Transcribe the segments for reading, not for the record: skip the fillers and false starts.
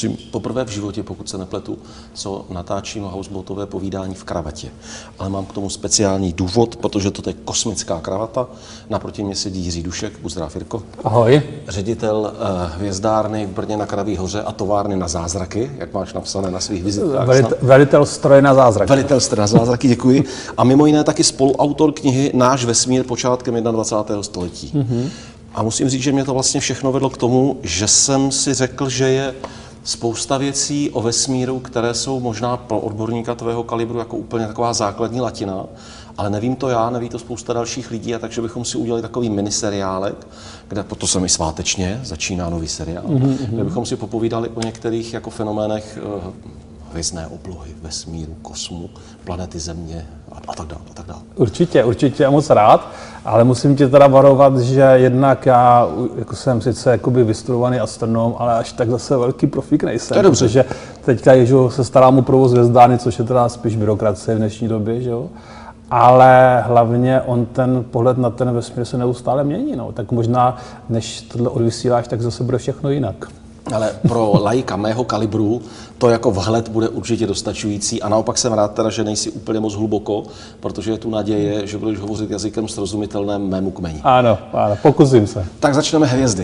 musím poprvé v životě, pokud se nepletu, co natáčím houseboatové povídání v kravatě. Ale mám k tomu speciální důvod, protože to je kosmická kravata. Naproti mě sedí Jiří Dušek, pozdrav Jirko. Ahoj. Ředitel hvězdárny v Brně na Kraví hoře a továrny na zázraky, jak máš napsané na svých vizitkách. Velitel stroje na zázraky. Velitel stroje na zázraky, děkuji. A mimo jiné taky spoluautor knihy Náš vesmír počátkem 21. století. A musím říct, že mě to vlastně všechno vedlo k tomu, že jsem si řekl, že je spousta věcí o vesmíru, které jsou možná pro odborníka tvého kalibru jako úplně taková základní latina, ale nevím to já, neví to spousta dalších lidí, a takže bychom si udělali takový miniseriálek, kde, proto jsem i svátečně, začíná nový seriál, kde bychom si popovídali o některých jako fenoménech hvězdné oblohy, vesmíru, kosmu, planety Země a tak dále, a tak dále. Určitě, moc rád, ale musím tě teda varovat, že jednak já jako jsem sice jakoby vystudovaný astronom, ale až tak zase velký profík nejsem, protože teďka se starám o provoz hvězdárny, což je teda spíš byrokracie v dnešní době, že jo? Ale hlavně ten pohled na ten vesmír se neustále mění, no. Tak možná, než tohle odvysíláš, tak zase bude všechno jinak. Ale pro laika mého kalibru to jako vhled bude určitě dostačující a naopak jsem rád teda, že nejsi úplně moc hluboko, protože je tu naděje, že budeš hovořit jazykem srozumitelném mému kmeni. Ano, pokusím se. Tak začneme hvězdy.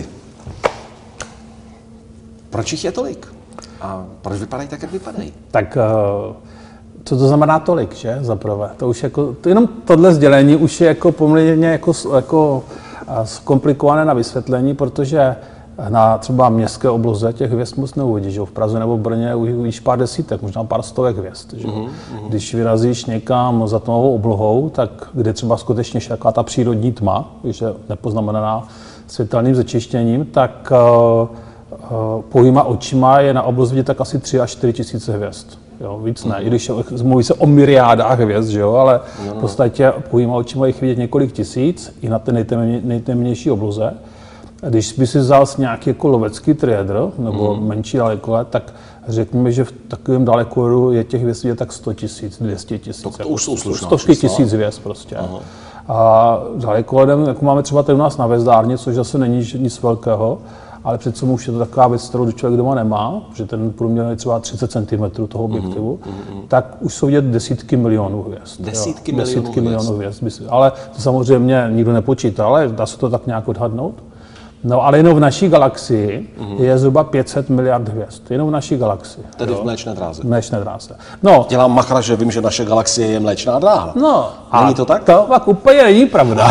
Proč jich je tolik? A proč vypadají tak, jak vypadají? Tak co to znamená tolik, že? Zaprvé. To už jako, jenom tohle sdělení už je jako poměrně jako zkomplikované na vysvětlení, protože na třeba městské obloze těch hvězd moc neuvidíš, že v Praze nebo v Brně uvidíš pár desítek, možná pár stovek hvězd. Že? Když vyrazíš někam za tmavou oblohou, tak kde třeba skutečně je taková ta přírodní tma, že nepoznamenaná světelným zečištěním, tak pohyma očima je na obloze vidět tak asi 3 až 4 tisíce hvězd. Jo, víc ne, i když mluví se o myriádách hvězd, že jo, ale v podstatě pohyma očima jich vidět několik tisíc i na té nejtemnější obloze. Když by si vzal nějaký jako lovecký triedr nebo menší dalekohled, tak řekněme, že v takovém dalekohledu je těch hvězd tak 100 000, 200 000. To už jsou slušná stovky tisíc hvězd prostě. Aha. A dalekohledem, jako máme třeba tady u nás na hvězdárně, což zase není nic velkého, ale přece už je to taková věc, kterou člověk doma nemá, že ten průměr je třeba 30 cm toho objektivu, tak už jsou vidět desítky milionů hvězd. Desítky milionů hvězd. Ale to samozřejmě nikdo nepočítá, ale dá se to tak nějak odhadnout. No, ale jenom v naší galaxii je zhruba 500 miliard hvězd. Jenom v naší galaxii. Tedy v Mléčné dráze. Mléčné dráze. No. Dělám machra, že vím, že naše galaxie je Mléčná dráha. No. Není to tak? To tak úplně není pravda.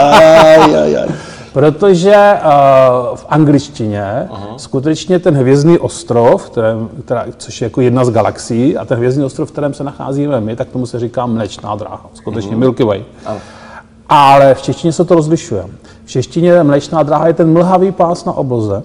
Protože v angličtině skutečně ten hvězdný ostrov, což je jako jedna z galaxií, a ten hvězdný ostrov, v kterém se nacházíme my, tak tomu se říká Mléčná dráha. Skutečně Milky Way. Ale v češtině se to rozlišuje. V češtině Mléčná dráha je ten mlhavý pás na obloze,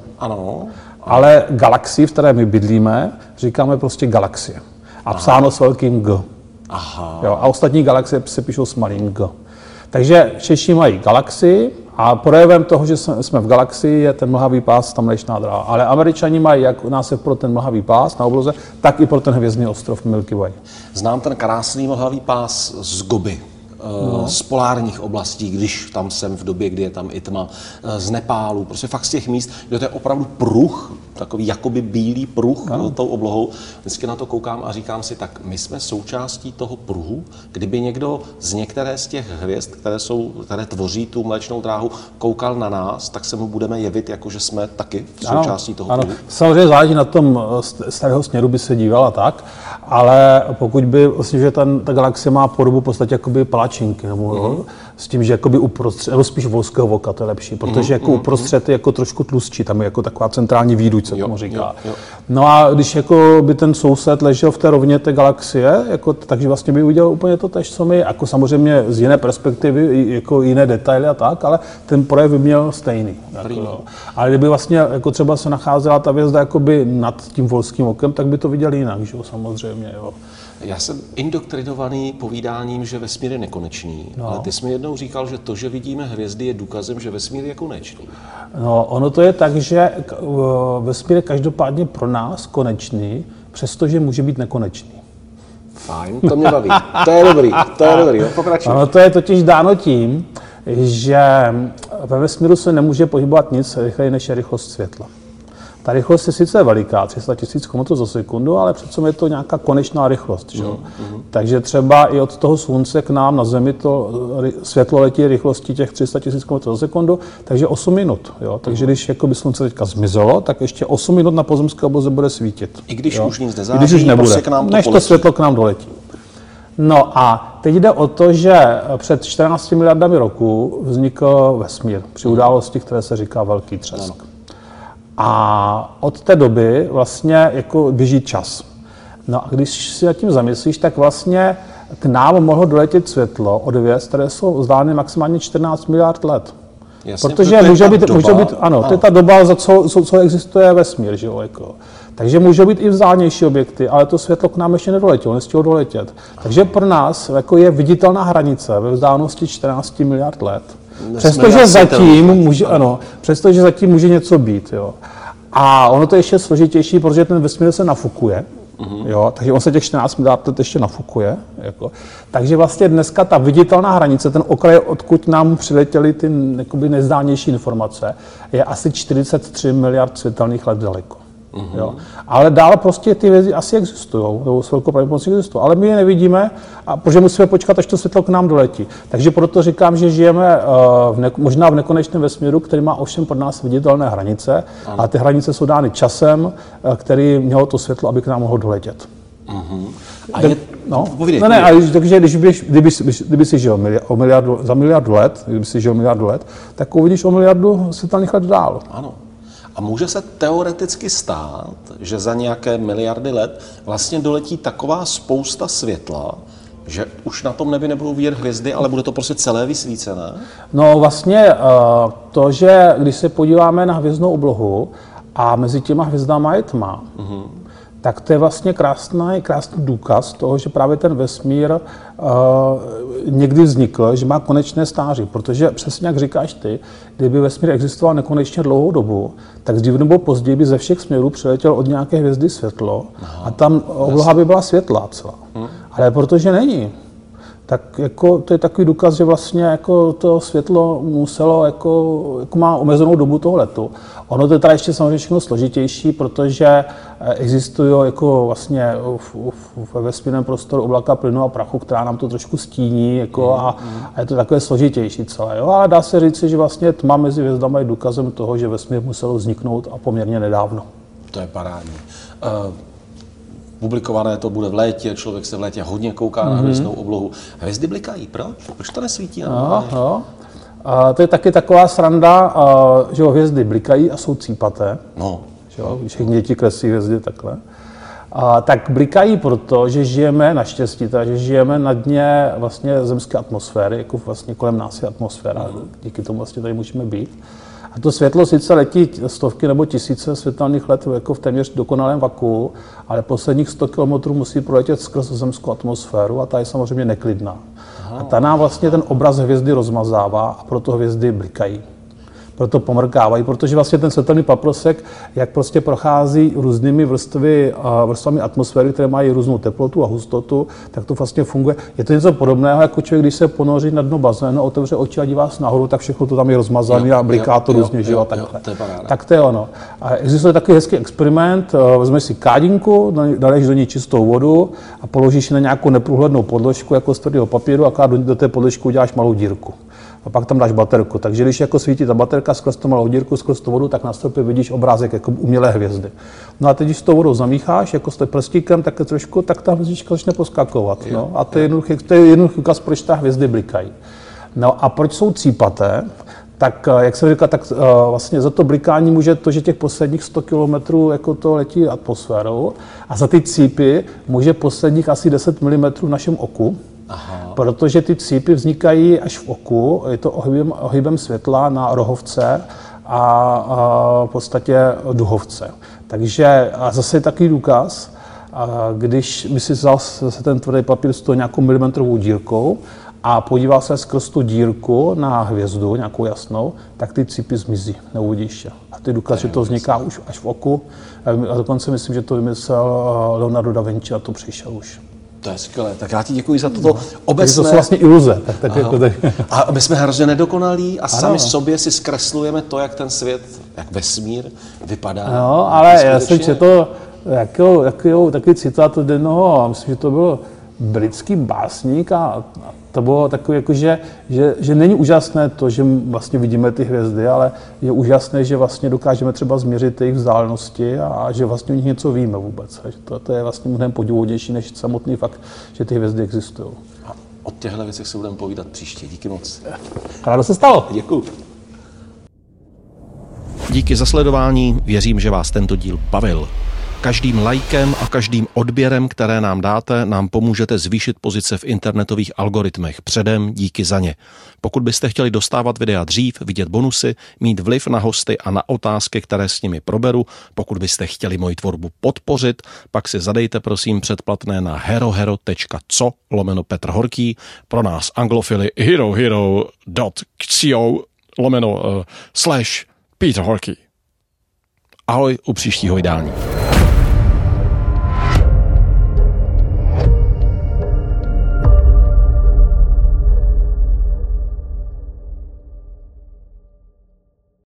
ale galaxii, v které my bydlíme, říkáme prostě galaxie. A psáno s velkým G. Jo, a ostatní galaxie se píšou s malým G. Takže Češi mají galaxii a projevem toho, že jsme v galaxii, je ten mlhavý pás, ta Mléčná dráha. Ale Američani mají jak název pro ten mlhavý pás na obloze, tak i pro ten hvězdný ostrov Milky Way. Znám ten krásný mlhavý pás z Gobi. Z polárních oblastí, když tam jsem v době, kdy je tam i tma, z Nepálu, prostě fakt z těch míst, kde to je opravdu pruh, takový jakoby bílý pruh tou oblohou. Vždycky na to koukám a říkám si, tak my jsme součástí toho pruhu, kdyby někdo z některé z těch hvězd, které tvoří tu Mléčnou dráhu, koukal na nás, tak se mu budeme jevit, jako že jsme taky v součástí toho pruhu. Samozřejmě záleží na tom, z kterého směru by se dívala tak, ale pokud by vlastně, že ta galaxie má podobu v podstatě jakoby palačinky, nebo s tím, že jakoby uprostřed, nebo spíš volského voka, to je lepší, protože jako uprostřed je jako trošku tlustší, tam je jako taková centrální výduť, se tomu říká. No a když jako by ten soused ležel v té rovně té galaxie, jako, takže vlastně by udělal úplně to tež, co my, jako samozřejmě z jiné perspektivy, jako jiné detaily a tak, ale ten projev by měl stejný. Jako, ale kdyby vlastně jako třeba se nacházela ta hvězda jakoby nad tím volským okem, tak by to viděl jinak, že jo, samozřejmě. Jo. Já jsem indoktrinovaný povídáním, že vesmír je nekonečný, ale ty jsi mi jednou říkal, že to, že vidíme hvězdy, je důkazem, že vesmír je konečný. No, ono to je tak, že vesmír je každopádně pro nás konečný, přestože může být nekonečný. Fajn, to mě baví. To je dobrý, pokračuj. Ono to je totiž dáno tím, že ve vesmíru se nemůže pohybovat nic rychleji než je rychlost světla. Ta rychlost je sice veliká, 300 000 km za sekundu, ale přece je to nějaká konečná rychlost. Že? Takže třeba i od toho slunce k nám na Zemi to světlo letí rychlostí těch 300 000 km za sekundu, takže 8 minut. Jo? Takže když by slunce teďka zmizelo, tak ještě 8 minut na pozemské obloze bude svítit. I když už nic nezáří, I když už nebude, prostě k nám než to světlo k nám doletí. No a teď jde o to, že před 14 miliardami roků vznikl vesmír při události, které se říká Velký třesk. A od té doby vlastně jako běží čas. No a když si nad tím zamyslíš, tak vlastně k nám mohlo doletět světlo od hvězd, které jsou vzdálené maximálně 14 miliard let. Jasně, protože může být, ano, to je ta doba, za co existuje vesmír, že jo, jako. Takže můžou být i vzdálenější objekty, ale to světlo k nám ještě nedoletělo, nestihlo doletět. Takže pro nás jako je viditelná hranice ve vzdálenosti 14 miliard let. Přestože zatím může něco být. Jo. A ono to je ještě složitější, protože ten vesmír se nafukuje. Jo, takže on se těch 14 miliard let ještě nafukuje. Jako. Takže vlastně dneska ta viditelná hranice, ten okraj, odkud nám přiletěly ty nejzdálnější informace, je asi 43 miliard světelných let daleko. Jo. Ale dál prostě ty věci asi existují, nebo s velkou pravděpodobností existují, ale my je nevidíme, protože musíme počkat, až to světlo k nám doletí. Takže proto říkám, že žijeme možná v nekonečném vesmíru, který má ovšem pro nás viditelné hranice, a ty hranice jsou dány časem, který mělo to světlo, aby k nám mohlo doletět. Takže kdyby si žil za miliardu let, tak uvidíš o miliardu světelných let dál. Ano. A může se teoreticky stát, že za nějaké miliardy let vlastně doletí taková spousta světla, že už na tom nebi nebudou vidět hvězdy, ale bude to prostě celé vysvícené? No vlastně to, že když se podíváme na hvězdnou oblohu a mezi těma hvězdama je tma, tak to je vlastně krásný důkaz toho, že právě ten vesmír někdy vznikl, že má konečné stáří, protože přesně jak říkáš ty, kdyby vesmír existoval nekonečně dlouhou dobu, tak dřív nebo později by ze všech směrů přiletělo od nějaké hvězdy světlo a tam obloha by byla světlá celá. Ale protože není, tak jako to je takový důkaz, že vlastně jako to světlo muselo, jako má omezenou dobu toho letu. Ono to je teda ještě samozřejmě všechno složitější, protože existují jako vlastně ve vesmírném prostoru oblaka plynu a prachu, která nám to trošku stíní jako a je to takové složitější celé. Jo? Ale dá se říci, že vlastně tma mezi hvězdami je důkazem toho, že vesmír musel vzniknout a poměrně nedávno. To je parádní. Publikované to bude v létě, člověk se v létě hodně kouká na hvězdnou oblohu. Hvězdy blikají, proč? Proč to nesvítí? To je taky taková sranda, že hvězdy blikají a jsou cípaté. No. Všechny děti kreslí hvězdy takhle. Tak blikají proto, že žijeme, naštěstí, že žijeme na dně vlastně zemské atmosféry, jako vlastně kolem nás je atmosféra, díky tomu vlastně tady můžeme být. A to světlo sice letí stovky nebo tisíce světelných let jako v téměř dokonalém vakuu, ale posledních 100 kilometrů musí proletět skrz zemskou atmosféru a ta je samozřejmě neklidná. A ta nám vlastně ten obraz hvězdy rozmazává a proto hvězdy blikají. Proto pomrkávají, protože vlastně ten světelný paprosek, jak prostě prochází různými vrstvami atmosféry, které mají různou teplotu a hustotu, tak to vlastně funguje. Je to něco podobného, jako člověk, když se ponoří na dno bazénu, otevře oči a dívá se nahoru, tak všechno to tam je rozmazané a bliká to různě, že jo, takhle. Tak to je ono. A existuje takový hezký experiment, vezmeš si kádinku, dalejš do ní čistou vodu a položíš ji na nějakou neprůhlednou podložku, jako z tvrdého papíru, a do té podložky uděláš malou dírku. A pak tam dáš baterku. Takže když jako svítí ta baterka skrz tu malou dírku, skrz tu vodu, tak na stropě vidíš obrázek jako umělé hvězdy. No a teď, když s tou vodou zamícháš, jako s tím prstíkem, tak trošku, tak ta hvězdička začne poskakovat. No. A to je jednoduchý ukaz, proč ta hvězdy blikají. No a proč jsou cípaté? Tak, jak jsem říkal, tak vlastně za to blikání může to, že těch posledních 100 kilometrů jako to letí atmosférou a za ty cípy může posledních asi 10 mm v našem oku. Aha. Protože ty cípy vznikají až v oku, je to ohybem světla na rohovce a v podstatě duhovce. Takže a zase je takový důkaz, když by si vzal ten tvrdý papír s tou nějakou milimetrovou dírkou a podíval se skrz tu dírku na hvězdu, nějakou jasnou, tak ty cípy zmizí, neuvidíš je. A ty důkaz, že to vzniká už až v oku. A dokonce myslím, že to vymyslel Leonardo da Vinci a to přišel už. To je skvělé, tak já ti děkuji za toto obecné. To jsou vlastně iluze. A my jsme hrozně nedokonalí a sami sobě si zkreslujeme to, jak ten svět, jak vesmír vypadá. No, ale já jsem četl takový citát od jednoho, a myslím, že to byl britský básník a to bylo takové, jako, že není úžasné to, že vlastně vidíme ty hvězdy, ale je úžasné, že vlastně dokážeme třeba změřit jejich vzdálenosti a že vlastně o nich něco víme vůbec. To je vlastně mnohem podivuhodnější než samotný fakt, že ty hvězdy existují. A o těchto věcech se budeme povídat příště. Díky moc. Rádo se stalo. Děkuji. Díky za sledování, věřím, že vás tento díl bavil. Každým lajkem a každým odběrem, které nám dáte, nám pomůžete zvýšit pozice v internetových algoritmech. Předem díky za ně. Pokud byste chtěli dostávat videa dřív, vidět bonusy, mít vliv na hosty a na otázky, které s nimi proberu, pokud byste chtěli moji tvorbu podpořit, pak si zadejte prosím předplatné na herohero.co/Petr Horký, pro nás anglofily herohero.co/Peter Horký. Ahoj u příštího jídání.